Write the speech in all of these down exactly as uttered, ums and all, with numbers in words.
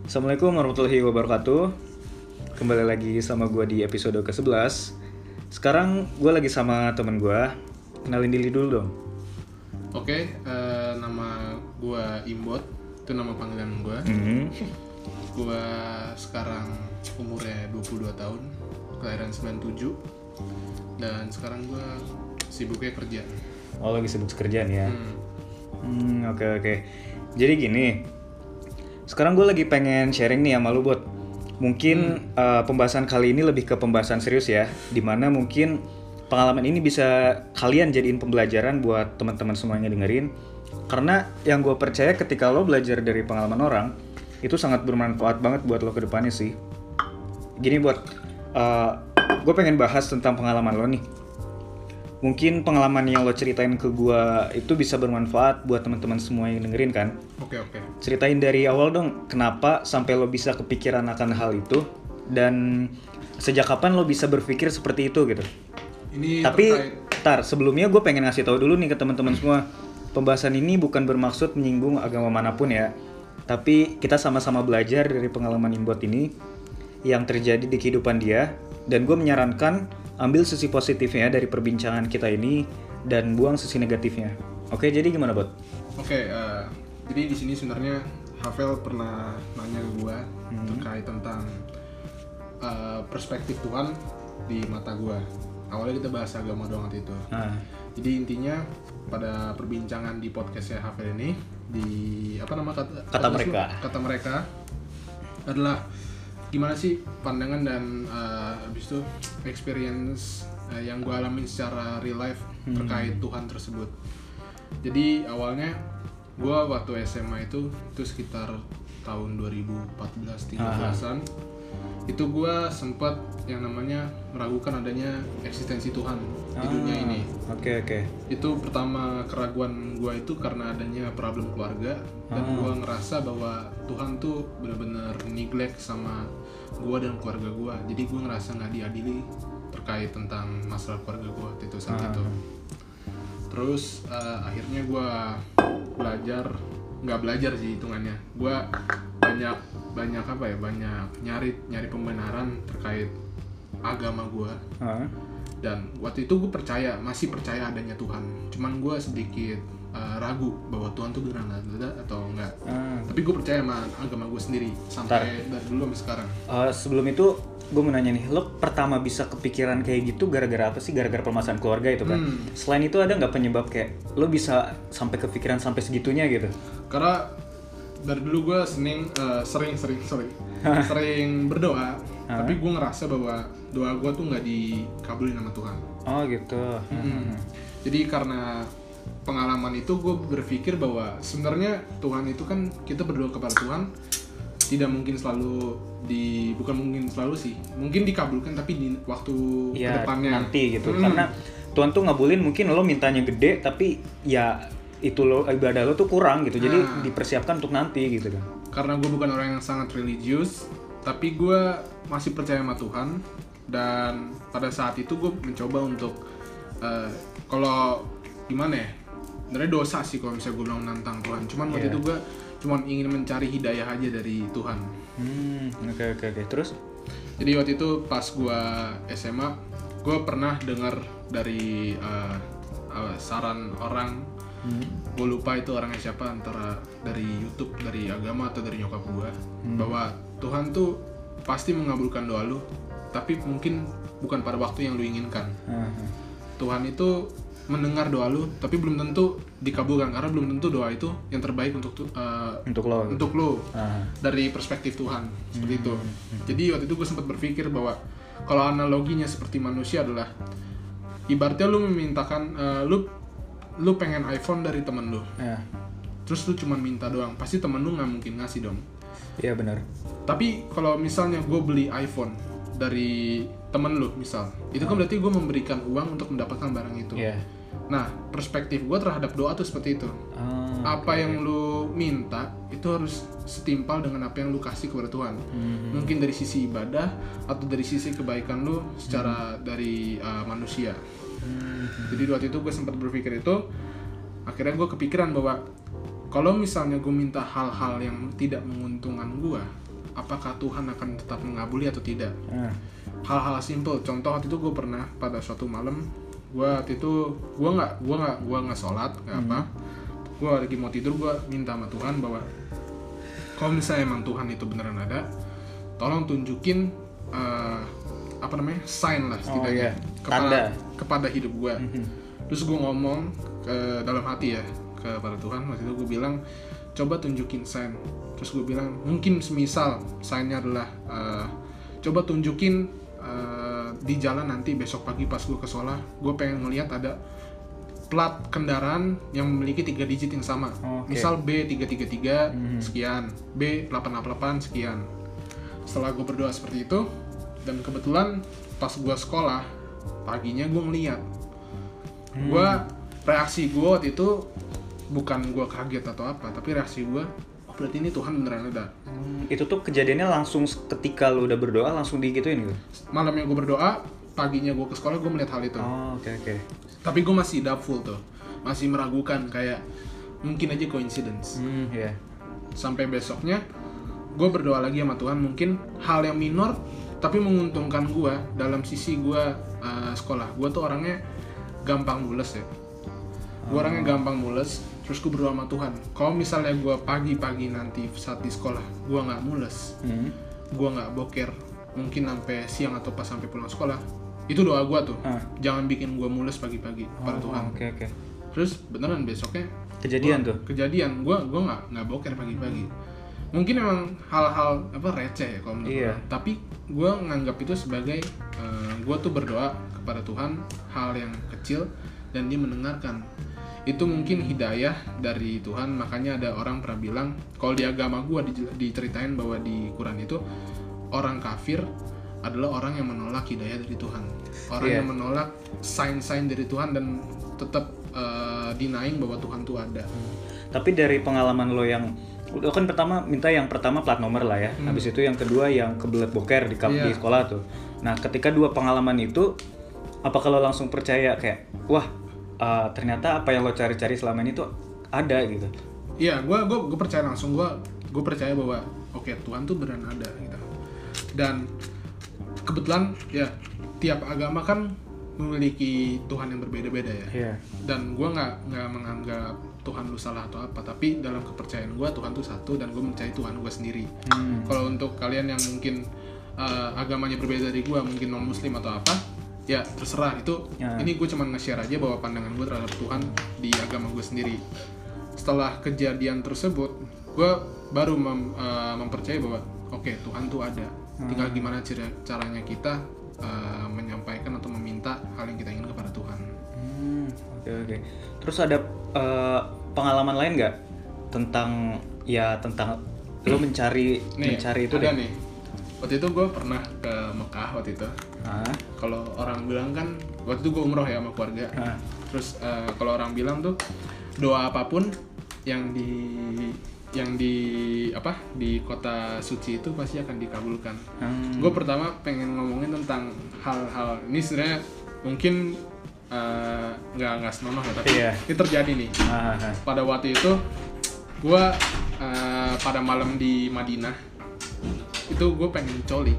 Assalamualaikum warahmatullahi wabarakatuh. Kembali lagi sama gue di episode ke sebelas. Sekarang gue lagi sama temen gue. Kenalin diri dulu dong. Oke, uh, nama gue Imbot. Itu nama panggilan gue. Mm-hmm. Gue sekarang umurnya dua puluh dua tahun, kelahiran sembilan puluh tujuh. Dan sekarang gue sibuknya kerja. Oh, lagi sibuk kerjaan ya. Hmm. Hmm, oke oke. Jadi gini, sekarang gue lagi pengen sharing nih sama lu buat mungkin hmm. uh, pembahasan kali ini lebih ke pembahasan serius ya, dimana mungkin pengalaman ini bisa kalian jadiin pembelajaran buat teman-teman semuanya dengerin. Karena yang gue percaya ketika lo belajar dari pengalaman orang itu sangat bermanfaat banget buat lo ke depannya sih. Gini buat, uh, gue pengen bahas tentang pengalaman lo nih. Mungkin pengalaman yang lo ceritain ke gue itu bisa bermanfaat buat teman-teman semua yang dengerin kan. Oke oke. Ceritain dari awal dong, kenapa sampai lo bisa kepikiran akan hal itu dan sejak kapan lo bisa berpikir seperti itu gitu. Ini Tapi, terkait... tar sebelumnya gue pengen ngasih tahu dulu nih ke teman-teman semua. Pembahasan ini bukan bermaksud menyinggung agama manapun ya. Tapi kita sama-sama belajar dari pengalaman Imbot ini yang terjadi di kehidupan dia. Dan gue menyarankan ambil sisi positifnya dari perbincangan kita ini dan buang sisi negatifnya. Oke, jadi gimana, Bot? Oke, uh, jadi di sini sebenarnya Havel pernah nanya ke gue hmm. terkait tentang uh, perspektif Tuhan di mata gue. Awalnya kita bahas agama doang waktu itu. Ah. Jadi intinya pada perbincangan di podcastnya Havel ini di apa nama kata kata mereka kata mereka adalah gimana sih pandangan dan uh, habis itu experience uh, yang gue alamin secara real life hmm. terkait Tuhan tersebut. Jadi awalnya gue waktu S M A itu itu sekitar tahun dua ribu empat belas tiga belasan itu gue sempat yang namanya meragukan adanya eksistensi Tuhan ah, di dunia ini. Oke okay, oke. Okay. Itu pertama keraguan gue itu karena adanya problem keluarga dan ah. gue ngerasa bahwa Tuhan tuh benar-benar neglect sama gue dan keluarga gue. Jadi gue ngerasa nggak diadili terkait tentang masalah keluarga gue waktu itu saat ah. itu. Terus uh, akhirnya gue belajar, nggak belajar sih hitungannya. Gue banyak banyak apa ya banyak nyari nyari pembenaran terkait agama gue uh. dan waktu itu gue percaya masih percaya adanya Tuhan, cuman gue sedikit uh, ragu bahwa Tuhan tuh beneran ada atau enggak uh. tapi gue percaya sama agama gue sendiri sampai Tar. dari dulu sampai sekarang. Uh, sebelum itu gue mau nanya nih, lo pertama bisa kepikiran kayak gitu gara-gara apa sih? Gara-gara permasalahan keluarga itu kan? Hmm. Selain itu ada nggak penyebab kayak lo bisa sampai kepikiran sampai segitunya gitu? Karena dari dulu gue sering uh, sering sering sering sering berdoa, tapi gue ngerasa bahwa doa gue tuh nggak dikabulin sama Tuhan. Oh gitu. Hmm. Jadi karena pengalaman itu gue berpikir bahwa sebenarnya Tuhan itu kan kita berdoa kepada Tuhan tidak mungkin selalu di bukan mungkin selalu sih mungkin dikabulkan tapi di waktu ya, kedepannya nanti gitu. Hmm. Karena Tuhan tuh ngabulin mungkin lo mintanya gede tapi ya itu lo ibadah lo tuh kurang gitu, jadi nah, dipersiapkan untuk nanti gitu kan. Karena gue bukan orang yang sangat religius, tapi gue masih percaya sama Tuhan dan pada saat itu gue mencoba untuk uh, kalau gimana ya, sebenarnya dosa sih kalau misalnya gue bilang nantang Tuhan. Cuman waktu yeah. itu gue cuman ingin mencari hidayah aja dari Tuhan. Hmm, oke oke oke. Terus? Jadi waktu itu pas gue S M A, gue pernah dengar dari uh, uh, saran orang. Hmm. Gue lupa itu orangnya siapa, antara dari YouTube, dari agama atau dari nyokap gue, hmm. bahwa Tuhan tuh pasti mengabulkan doa lu, tapi mungkin bukan pada waktu yang lu inginkan. Hmm. Tuhan itu mendengar doa lu, tapi belum tentu dikabulkan karena belum tentu doa itu yang terbaik untuk uh, untuk lo. Untuk lo hmm. dari perspektif Tuhan seperti hmm. itu. Jadi waktu itu gue sempat berpikir bahwa kalau analoginya seperti manusia adalah ibaratnya lu memintakan uh, lu lu pengen iPhone dari temen lu, ya. Terus lu cuma minta doang, pasti temen lu nggak mungkin ngasih dong. Iya benar. Tapi kalau misalnya gue beli iPhone dari temen lu misal, itu kan berarti gue memberikan uang untuk mendapatkan barang itu. Yeah. Nah perspektif gue terhadap doa tuh seperti itu. Oh, apa okay. yang lu minta itu harus setimpal dengan apa yang lu kasih kepada Tuhan. Mm-hmm. Mungkin dari sisi ibadah atau dari sisi kebaikan lu secara mm-hmm. dari uh, manusia. Hmm. Jadi waktu itu gue sempat berpikir itu, akhirnya gue kepikiran bahwa kalau misalnya gue minta hal-hal yang tidak menguntungkan gue, apakah Tuhan akan tetap mengabuli atau tidak. Hmm. Hal-hal simple, contoh waktu itu gue pernah pada suatu malam, gue waktu itu gue nggak gue nggak gue nggak sholat nggak hmm. apa, gue lagi mau tidur, gue minta sama Tuhan bahwa kalau misalnya emang Tuhan itu beneran ada, tolong tunjukin uh, apa namanya sign lah setidaknya oh, yeah. kepada kepada hidup gue. Mm-hmm. Terus gue ngomong ke dalam hati ya kepada Tuhan, waktu itu gue bilang coba tunjukin sign. Terus gue bilang mungkin semisal signnya adalah uh, coba tunjukin uh, di jalan nanti besok pagi pas gue ke sekolah, gue pengen ngelihat ada plat kendaraan yang memiliki tiga digit yang sama. Okay. Misal B tiga tiga tiga mm-hmm. sekian, B delapan delapan delapan sekian. Setelah gue berdoa seperti itu, dan kebetulan pas gue sekolah paginya gue ngeliat, hmm. gue reaksi gue waktu itu bukan gue kaget atau apa, tapi reaksi gue, oh berarti ini Tuhan beneran ada. Hmm. Itu tuh kejadiannya langsung ketika lu udah berdoa langsung digituin gitu? Malamnya gue berdoa, paginya gue ke sekolah gue melihat hal itu. Oh oke okay, oke. Okay. Tapi gue masih doubtful tuh, masih meragukan kayak mungkin aja coincidence. Hmm, yeah. Sampai besoknya gue berdoa lagi sama Tuhan, mungkin hal yang minor tapi menguntungkan gue dalam sisi gue uh, sekolah. Gue tuh orangnya gampang mules ya. Gue oh. orangnya gampang mules. Terus gue berdoa sama Tuhan, kalau misalnya gue pagi-pagi nanti saat di sekolah gue nggak mules, hmm. gue nggak boker, mungkin sampai siang atau pas sampai pulang sekolah, itu doa gue tuh. Ah. Jangan bikin gue mules pagi-pagi oh, pada Tuhan. Okay, okay. Terus beneran besoknya kejadian gua, tuh. Kejadian gue gue nggak nggak boker pagi-pagi. Mungkin memang hal-hal apa receh ya kalau menurut iya. gue. Tapi gue nganggap itu sebagai uh, gue tuh berdoa kepada Tuhan hal yang kecil dan Dia mendengarkan. Itu mungkin hidayah dari Tuhan. Makanya ada orang pernah bilang kalau di agama gue diceritain bahwa di Quran itu orang kafir adalah orang yang menolak hidayah dari Tuhan. Orang yeah. yang menolak sign-sign dari Tuhan dan tetap uh, denying bahwa Tuhan tuh ada. Hmm. Tapi dari pengalaman lo yang lo kan pertama minta yang pertama plat nomor lah ya, hmm. habis itu yang kedua yang kebelet boker di, yeah. di sekolah tuh. Nah ketika dua pengalaman itu, apa kalau langsung percaya kayak wah uh, ternyata apa yang lo cari-cari selama ini tuh ada gitu? Iya, yeah, gue gue gue percaya langsung, gue gue percaya bahwa oke okay, Tuhan tuh beneran ada gitu. Dan kebetulan ya tiap agama kan memiliki Tuhan yang berbeda-beda ya. Yeah. Dan gue nggak nggak menganggap Tuhan lu salah atau apa, tapi dalam kepercayaan gue Tuhan tuh satu dan gue mencari Tuhan gue sendiri. Hmm. Kalau untuk kalian yang mungkin uh, agamanya berbeda dari gue, mungkin non muslim atau apa, ya terserah itu. Yeah. Ini gue cuma nge-share aja bahwa pandangan gue terhadap Tuhan di agama gue sendiri. Setelah kejadian tersebut, gue baru mem, uh, mempercayai bahwa oke okay, Tuhan tuh ada. Tinggal gimana caranya kita uh, menyampaikan atau meminta hal yang kita ingin kepada Tuhan. Hmm, oke oke. Terus ada uh, pengalaman lain nggak tentang ya tentang lo mencari nih, mencari itu ada deh. nih. Waktu itu gue pernah ke Mekah waktu itu. Kalau orang bilang kan waktu itu gue umroh ya sama keluarga. Hah? Terus uh, kalau orang bilang tuh doa apapun yang di yang di apa di kota suci itu pasti akan dikabulkan. Hmm. Gue pertama pengen ngomongin tentang hal-hal ini sebenarnya mungkin nggak uh, nggak senonoh ya, tapi yeah. ini terjadi nih. Ah, ah. Pada waktu itu gue uh, pada malam di Madinah itu gue pengen coli.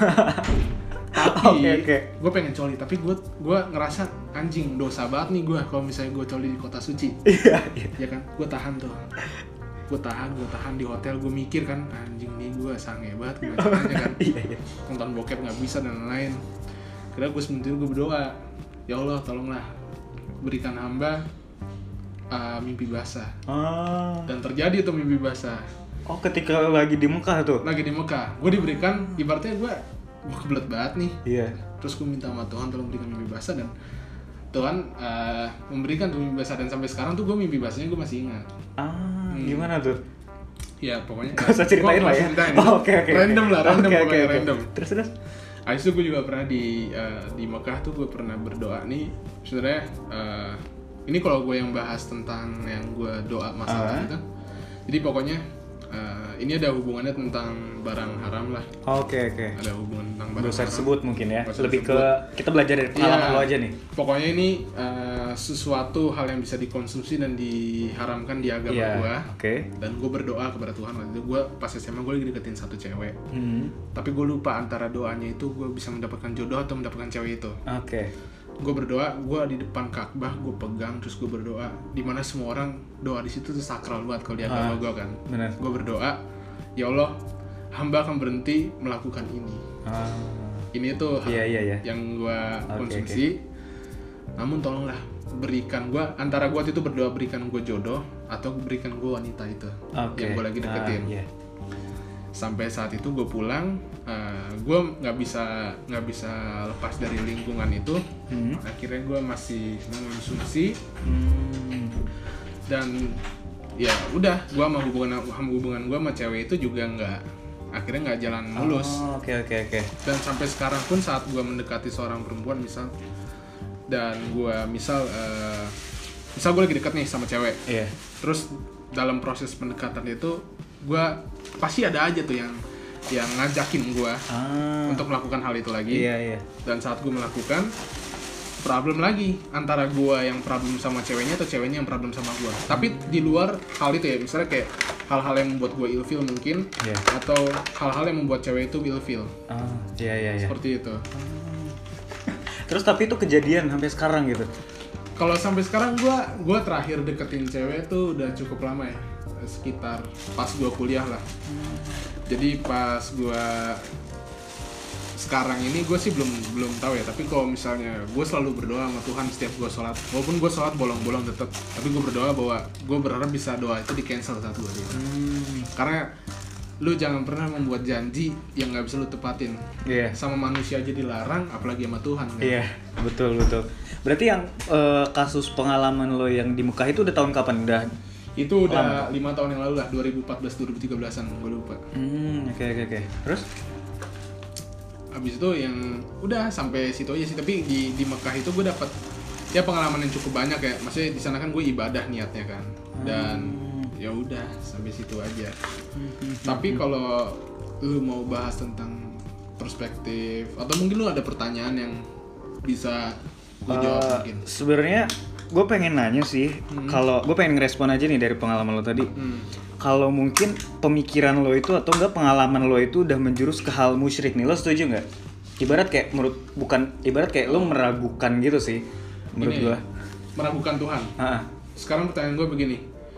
Tapi okay, okay. gue pengen coli, tapi gue gue ngerasa anjing dosa banget nih gue kalau misalnya gue coli di kota suci. Iya yeah, yeah. Ya kan, gue tahan tuh. gue tahan, gue tahan di hotel, gue mikir kan anjing nih gue sange banget gimana caranya kan iya, iya. nonton bokep nggak bisa dan lain-lain. Kira gue sebentar gue berdoa, ya Allah tolonglah berikan hamba uh, mimpi basah. Ah. Dan terjadi tuh mimpi basah. Oh ketika lagi di Mekah tuh? Lagi di Mekah, gue diberikan ibaratnya gue gue kebelet banget nih. Iya. Terus gue minta sama Tuhan tolong berikan mimpi basah dan Tuhan uh, memberikan tuh mimpi basah dan sampai sekarang tuh gue mimpi basahnya gue masih ingat. Ah. Gimana tuh? Ya pokoknya gak usah ceritain lah ya. Oh, oke oke. Random lah, random okay, pokoknya okay, random. Okay. Terus terus. Habis itu gue juga pernah di uh, di Mekah tuh gue pernah berdoa nih. Sebenarnya uh, ini kalau gue yang bahas tentang yang gue doa masalah uh. itu. Jadi pokoknya uh, ini ada hubungannya tentang barang haram lah. Oke oke. Ada hubungan tentang barang Gak usah haram. disebut mungkin ya. Gak usah Lebih disebut. ke kita belajar dari pengalaman Iya, lo aja nih. Pokoknya ini uh, sesuatu hal yang bisa dikonsumsi dan diharamkan di agama Iya. gue. Oke. Dan gue berdoa kepada Tuhan waktu itu. Gue pas S M A gue lagi deketin satu cewek. Hmm. Tapi gue lupa antara doanya itu gue bisa mendapatkan jodoh atau mendapatkan cewek itu. Oke. Gue berdoa, gue di depan Ka'bah, gue pegang terus gue berdoa. Dimana semua orang doa di situ tuh sakral banget kalau di agama Ah, gue kan. benar. Gue berdoa, ya Allah, hamba akan berhenti melakukan ini. Ah. Ini tuh hal Iya, iya, iya. yang gue Oke, konsumsi. Namun tolonglah berikan gue, antara gue itu berdoa berikan gue jodoh atau berikan gue wanita itu Oke. yang gue lagi deketin. Ah, iya. Sampai saat itu gue pulang, uh, gue nggak bisa nggak bisa lepas dari lingkungan itu. Hmm. Akhirnya gue masih mengonsumsi Hmm. dan ya udah, gue sama hubungan hubungan gue sama cewek itu juga nggak, akhirnya nggak jalan mulus. Oh, oke oke oke. Dan sampai sekarang pun saat gue mendekati seorang perempuan misal, dan gue misal uh, misal gue lagi deket nih sama cewek, Iya. terus dalam proses pendekatan itu gue pasti ada aja tuh yang yang ngajakin gue Ah. untuk melakukan hal itu lagi. Iya iya. Dan saat gue melakukan, problem lagi antara gue yang problem sama ceweknya atau ceweknya yang problem sama gue. Tapi di luar hal itu ya, misalnya kayak hal-hal yang membuat gue ilfeel mungkin, Iya. atau hal-hal yang membuat cewek itu ilfeel. Ah, iya iya iya. Seperti itu. Terus tapi itu kejadian sampai sekarang gitu. Kalau sampai sekarang gue gue terakhir deketin cewek tuh udah cukup lama ya, sekitar pas gue kuliah lah. Jadi pas gue sekarang ini gue sih belum belum tahu ya, tapi kalau misalnya gue selalu berdoa sama Tuhan setiap gue sholat, walaupun gue sholat bolong-bolong tetap, tapi gue berdoa bahwa gue berharap bisa doa itu di cancel satu dua gitu. Hmm. Karena lu jangan pernah membuat janji yang nggak bisa lu tepatin. Iya. Sama manusia aja dilarang, apalagi sama Tuhan kan? Iya, betul betul. Berarti yang eh, kasus pengalaman lo yang di Mekah itu udah tahun kapan? Udah. Itu udah lima tahun yang lalu lah, dua ribu empat belas dua ribu tiga belasan, gue lupa. Hmm, oke oke oke. Terus? Abis itu yang udah sampai situ aja sih, tapi di di Mekah itu gue dapat ya pengalaman yang cukup banyak ya. Maksudnya di sana kan gue ibadah niatnya kan, dan ya udah sampai situ aja. Tapi kalau lu mau bahas tentang perspektif atau mungkin lu ada pertanyaan yang bisa gue jawab Eh, mungkin. Sebenarnya gue pengen nanya sih, kalau gue pengen ngerespon aja nih dari pengalaman lo tadi. Hmm. Kalau mungkin pemikiran lo itu atau enggak pengalaman lo itu udah menjurus ke hal musyrik nih, lo setuju nggak? Ibarat kayak menurut bukan ibarat kayak lo meragukan gitu sih, menurut Ini, gue. meragukan Tuhan. Ah, Sekarang pertanyaan gue begini,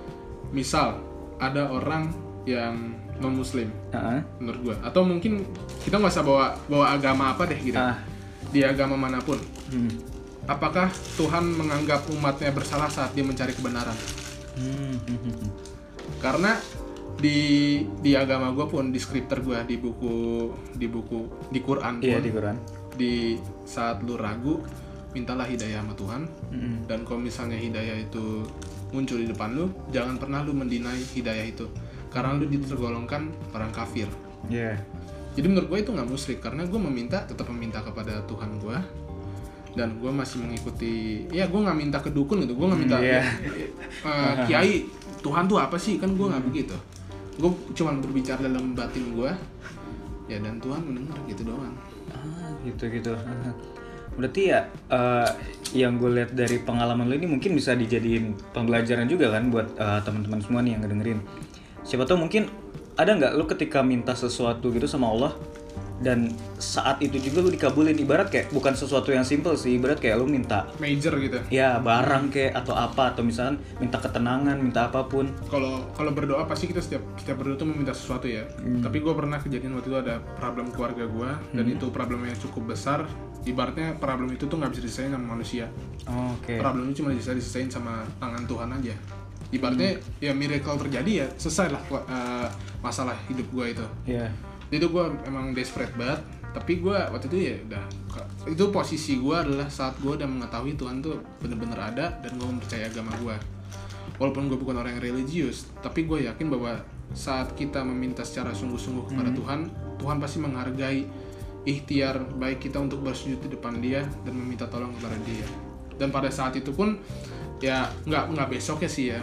misal ada orang yang non muslim ah, menurut gue, atau mungkin kita nggak usah bawa bawa agama apa deh gitu, ah. di agama manapun, Hmm. apakah Tuhan menganggap umatnya bersalah saat dia mencari kebenaran? Hmm, hmm, hmm, hmm. Karena di di agama gue pun, di skripter gue, di buku di buku di Quran pun, Iya di Quran. di saat lu ragu, mintalah hidayah sama Tuhan. Hmm. Dan kalau misalnya hidayah itu muncul di depan lu, jangan pernah lu mendinai hidayah itu, karena lu ditergolongkan orang kafir. Iya. Jadi menurut gue itu nggak musyrik, karena gue meminta, tetap meminta kepada Tuhan gue, dan gue masih mengikuti, ya gue nggak minta ke dukun gitu, gue nggak minta Iya. eh, kiai, Tuhan tuh apa sih, kan gue nggak begitu. Gue cuma berbicara dalam batin gue, ya, dan Tuhan mendengar gitu doang. Ah, gitu gitu. Berarti ya eh, yang gue lihat dari pengalaman lo ini mungkin bisa dijadiin pembelajaran juga kan buat eh, teman-teman semua nih yang ngedengerin. Siapa tahu mungkin ada nggak lo ketika minta sesuatu gitu sama Allah dan saat itu juga lu dikabulin, ibarat kayak bukan sesuatu yang simple sih, ibarat kayak lu minta Major gitu. ya barang kayak atau apa, atau misalkan minta ketenangan, minta apapun. Kalau kalau berdoa pasti kita setiap setiap berdoa tuh meminta sesuatu ya. Hmm. Tapi gue pernah kejadian waktu itu ada problem keluarga gue, dan itu problemnya cukup besar. Ibaratnya problem itu tuh nggak bisa diselesain sama manusia. Oh, oke. Problem itu cuma bisa diselesain sama tangan Tuhan aja. Ibaratnya ya miracle terjadi ya selesai lah uh, masalah hidup gue itu. Iya. Itu gue emang desperate banget. Tapi gue waktu itu ya udah, itu posisi gue adalah saat gue udah mengetahui Tuhan tuh bener-bener ada, dan gue mempercayai agama gue. Walaupun gue bukan orang yang religius, tapi gue yakin bahwa saat kita meminta secara sungguh-sungguh kepada Tuhan, Tuhan pasti menghargai ikhtiar baik kita untuk bersujud di depan Dia dan meminta tolong kepada Dia. Dan pada saat itu pun ya nggak nggak besoknya sih ya,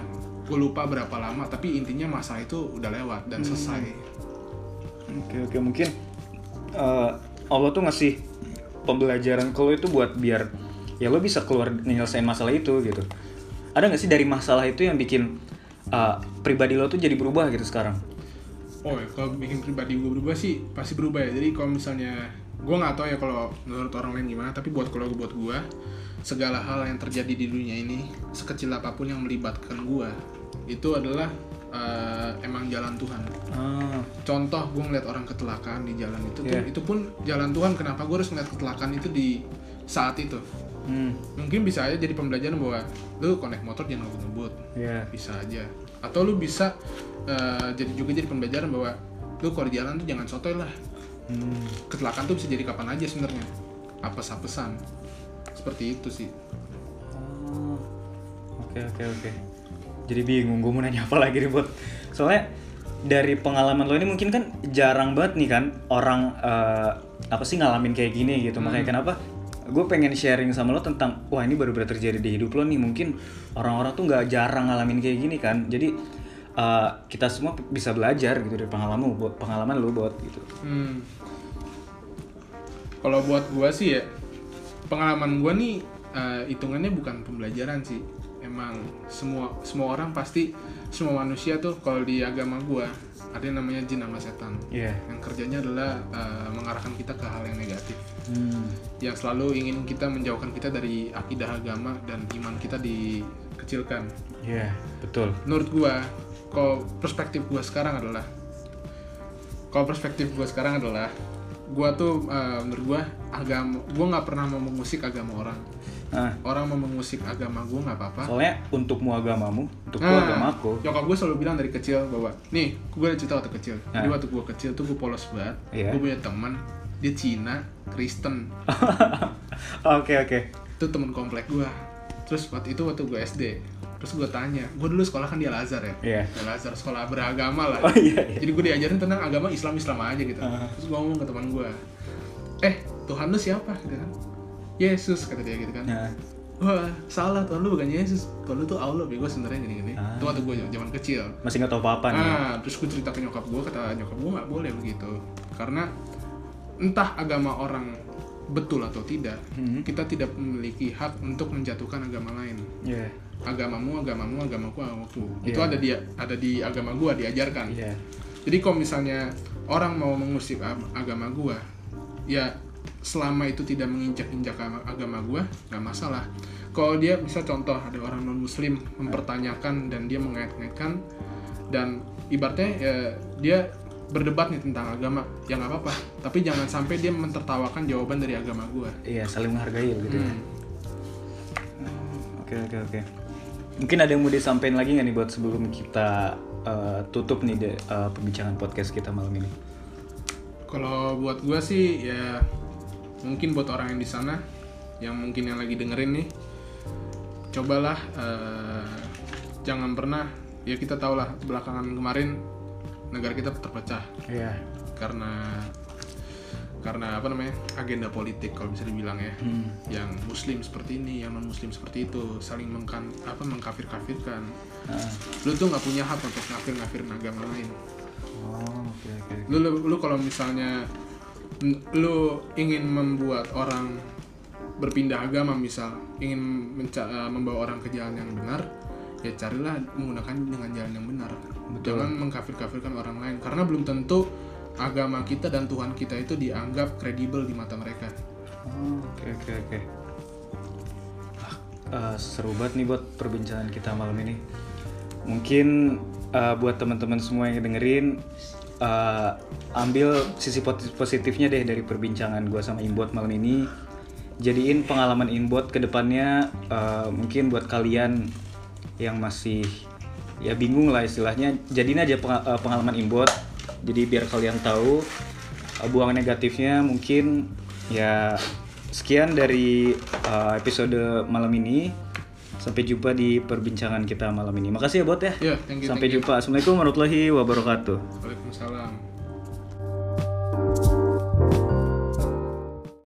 gue lupa berapa lama, tapi intinya masalah itu udah lewat dan selesai. Hmm. Oke oke mungkin uh, Allah tuh ngasih pembelajaran ke lo itu buat biar ya lo bisa keluar nyelesain masalah itu gitu. Ada nggak sih dari masalah itu yang bikin uh, pribadi lo tuh jadi berubah gitu sekarang? Oh ya, kalau bikin pribadi gue berubah sih pasti berubah ya. Jadi kalau misalnya gue nggak tahu ya kalau menurut orang lain gimana, tapi buat kalau buat gue, segala hal yang terjadi di dunia ini, sekecil apapun yang melibatkan gue, itu adalah uh, emang jalan Tuhan. Ah. Contoh, gue ngeliat orang kecelakaan di jalan itu, yeah. tuh, itu pun jalan Tuhan. Kenapa gue harus ngeliat kecelakaan itu di saat itu? Hmm. Mungkin bisa aja jadi pembelajaran bahwa lu kalau naik motor jangan ngebut-ngebut, yeah. bisa aja. Atau lu bisa uh, jadi juga jadi pembelajaran bahwa lu kalau di jalan tuh jangan sotoy lah. Hmm. Kecelakaan tuh bisa jadi kapan aja sebenarnya, apes-apesan, seperti itu sih. Oh, oke oke oke. Jadi bingung gue mau nanya apa lagi nih buat. Soalnya dari pengalaman lo ini mungkin kan jarang banget nih kan orang uh, apa sih ngalamin kayak gini gitu. Hmm. Makanya kenapa gue pengen sharing sama lo tentang wah ini baru-baru terjadi di hidup lo nih. Mungkin orang-orang tuh nggak jarang ngalamin kayak gini kan. Jadi Uh, kita semua bisa belajar gitu dari pengalaman buat pengalaman lo buat gitu. Hmm. Kalau buat gue sih ya, pengalaman gue nih uh, hitungannya bukan pembelajaran sih. Emang semua semua orang pasti, semua manusia tuh kalau di agama gue ada yang namanya jin sama setan. Yeah. Yang kerjanya adalah uh, mengarahkan kita ke hal yang negatif. Hmm. Yang selalu ingin kita menjauhkan kita dari akidah agama dan iman kita dikecilkan. Iya, yeah, betul. Menurut gue, kalau perspektif gue sekarang adalah kalau perspektif gue sekarang adalah gue tuh uh, menurut gue agama gue nggak pernah mau mengusik agama orang. Ah. Orang mau mengusik agama gue nggak apa-apa. Soalnya untukmu agamamu, untukku nah, agamaku. Nyokap gue selalu bilang dari kecil bahwa nih gue udah cerita waktu kecil. Ah. Jadi waktu gue kecil tuh gue polos banget. Yeah. Gue punya teman dia Cina, Kristen. Oke oke. Itu teman komplek gue. Terus waktu itu waktu gue S D. Terus gue tanya, gue dulu sekolah kan di Al-Azhar ya, yeah. Al-Azhar sekolah beragama lah. Oh, iya, iya. Jadi gue diajarin tentang agama Islam-Islam aja gitu. Uh-huh. Terus gue ngomong ke teman gue, eh Tuhan lu siapa? Gitu kan? Yesus kata dia gitu kan. Uh. Wah salah, Tuhan lu bukan Yesus, Tuhan lu tuh Allah. Bego sebenarnya gini-gini. Uh. Itu waktu gue zaman kecil. Masih nggak tahu apa-apa nih. Nah, terus gue cerita ke nyokap gue, kata nyokap gue nggak boleh begitu, karena entah agama orang betul atau tidak, mm-hmm. kita tidak memiliki hak untuk menjatuhkan agama lain. Yeah. Agamamu, agamamu, agamaku, agamaku. Yeah. Itu ada di ada di agama gua diajarkan. Yeah. Jadi kalau misalnya orang mau mengusik agama gua, ya selama itu tidak menginjak-injak agama gua, nggak masalah. Kalau dia bisa contoh ada orang non muslim mempertanyakan dan dia mengait-ngaitkan dan ibaratnya ya, dia berdebat nih tentang agama, ya nggak apa-apa. Tapi jangan sampai dia mentertawakan jawaban dari agama gue. Iya, saling menghargai gitu. Hmm. Oke oke oke. Mungkin ada yang mau disampaikan lagi nggak nih buat sebelum kita uh, tutup nih de, uh, perbincangan podcast kita malam ini? Kalau buat gue sih ya mungkin buat orang yang di sana, yang mungkin yang lagi dengerin nih, cobalah uh, jangan pernah, ya kita tahu lah belakangan kemarin negara kita terpecah, yeah. karena karena apa namanya agenda politik kalau bisa dibilang ya, hmm. yang muslim seperti ini, yang non muslim seperti itu, saling mengkan apa mengkafir-kafirkan. Uh. Lu tuh nggak punya hak untuk ngafir-ngafirin agama lain. Oh, okay, okay. Lu lu, lu kalau misalnya lu ingin membuat orang berpindah agama, misal ingin menca- membawa orang ke jalan yang benar, ya carilah menggunakan dengan jalan yang benar. Betul. Jangan mengkafir-kafirkan orang lain, karena belum tentu agama kita dan Tuhan kita itu dianggap kredibel di mata mereka. Oke oke oke. Seru banget nih buat perbincangan kita malam ini. Mungkin uh, buat teman-teman semua yang dengerin, uh, ambil sisi positifnya deh dari perbincangan gue sama Imbot malam ini. Jadiin pengalaman Imbot ke depannya, uh, mungkin buat kalian yang masih ya bingung lah istilahnya, jadiin aja pengalaman Imbot. Jadi biar kalian tahu, buang negatifnya. Mungkin ya sekian dari uh, episode malam ini. Sampai jumpa di perbincangan kita malam ini. Makasih ya Bot ya. Yeah, thank you, Sampai thank jumpa. You. Assalamualaikum warahmatullahi wabarakatuh. Waalaikumsalam.